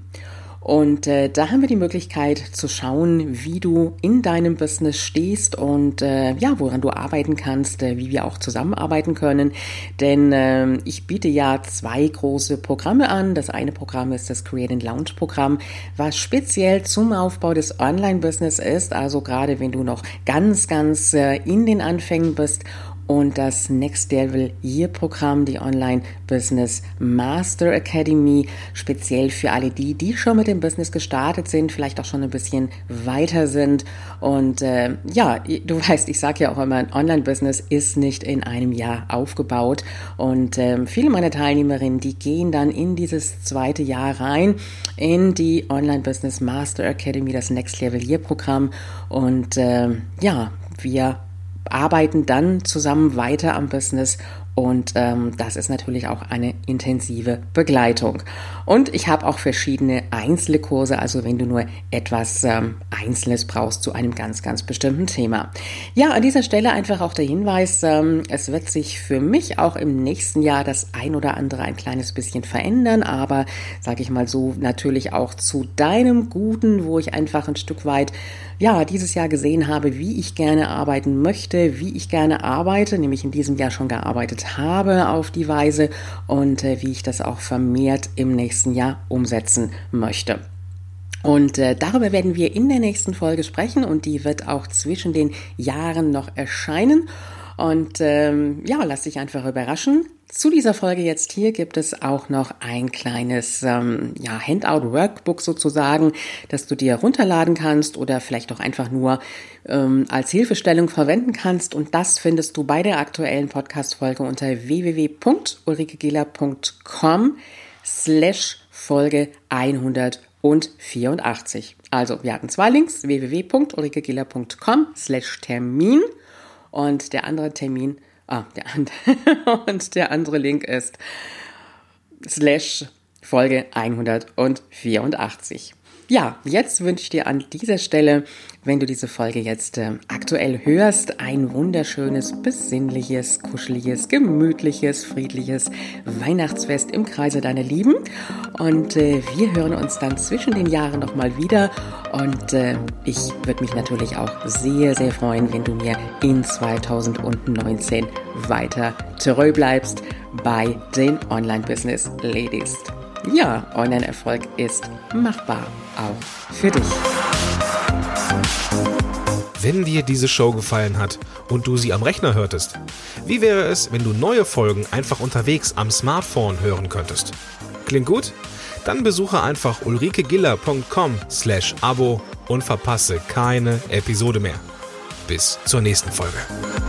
Und äh, da haben wir die Möglichkeit zu schauen, wie du in deinem Business stehst und äh, ja, woran du arbeiten kannst, äh, wie wir auch zusammenarbeiten können. Denn äh, ich biete ja zwei große Programme an. Das eine Programm ist das Create and Launch Programm, was speziell zum Aufbau des Online-Business ist. Also gerade wenn du noch ganz, ganz äh, in den Anfängen bist. Und das Next Level Year Programm, die Online Business Master Academy, speziell für alle die, die schon mit dem Business gestartet sind, vielleicht auch schon ein bisschen weiter sind. Und äh, ja, du weißt, ich sage ja auch immer, ein Online-Business ist nicht in einem Jahr aufgebaut. Und äh, viele meiner Teilnehmerinnen, die gehen dann in dieses zweite Jahr rein, in die Online Business Master Academy, das Next Level Year Programm. Und äh, ja, wir arbeiten dann zusammen weiter am Business und ähm, das ist natürlich auch eine intensive Begleitung. Und ich habe auch verschiedene Einzelkurse, also wenn du nur etwas ähm, Einzelnes brauchst zu einem ganz, ganz bestimmten Thema. Ja, an dieser Stelle einfach auch der Hinweis, ähm, es wird sich für mich auch im nächsten Jahr das ein oder andere ein kleines bisschen verändern, aber sage ich mal so, natürlich auch zu deinem Guten, wo ich einfach ein Stück weit ja, dieses Jahr gesehen habe, wie ich gerne arbeiten möchte, wie ich gerne arbeite, nämlich in diesem Jahr schon gearbeitet habe auf die Weise und äh, wie ich das auch vermehrt im nächsten Jahr umsetzen möchte. Und äh, darüber werden wir in der nächsten Folge sprechen und die wird auch zwischen den Jahren noch erscheinen. Und ähm, ja, lass dich einfach überraschen. Zu dieser Folge jetzt hier gibt es auch noch ein kleines ähm, ja, Handout-Workbook sozusagen, das du dir runterladen kannst oder vielleicht auch einfach nur ähm, als Hilfestellung verwenden kannst. Und das findest du bei der aktuellen Podcast-Folge unter w w w punkt ulrike gehler punkt com slash Folge hundertvierundachtzig. Also wir hatten zwei Links, w w w punkt ulrike gehler punkt com slash Termin und der andere Termin Ah, der andere, und der andere Link ist slash Folge hundertvierundachtzig. Ja, jetzt wünsche ich dir an dieser Stelle, wenn du diese Folge jetzt äh, aktuell hörst, ein wunderschönes, besinnliches, kuscheliges, gemütliches, friedliches Weihnachtsfest im Kreise deiner Lieben. Und äh, wir hören uns dann zwischen den Jahren nochmal wieder. Und äh, ich würde mich natürlich auch sehr, sehr freuen, wenn du mir in zwanzig neunzehn weiter treu bleibst bei den Online-Business Ladies. Ja, Online-Erfolg ist machbar, auch für dich. Wenn dir diese Show gefallen hat und du sie am Rechner hörtest, wie wäre es, wenn du neue Folgen einfach unterwegs am Smartphone hören könntest? Klingt gut? Dann besuche einfach ulrike gehler punkt com slash Abo und verpasse keine Episode mehr. Bis zur nächsten Folge.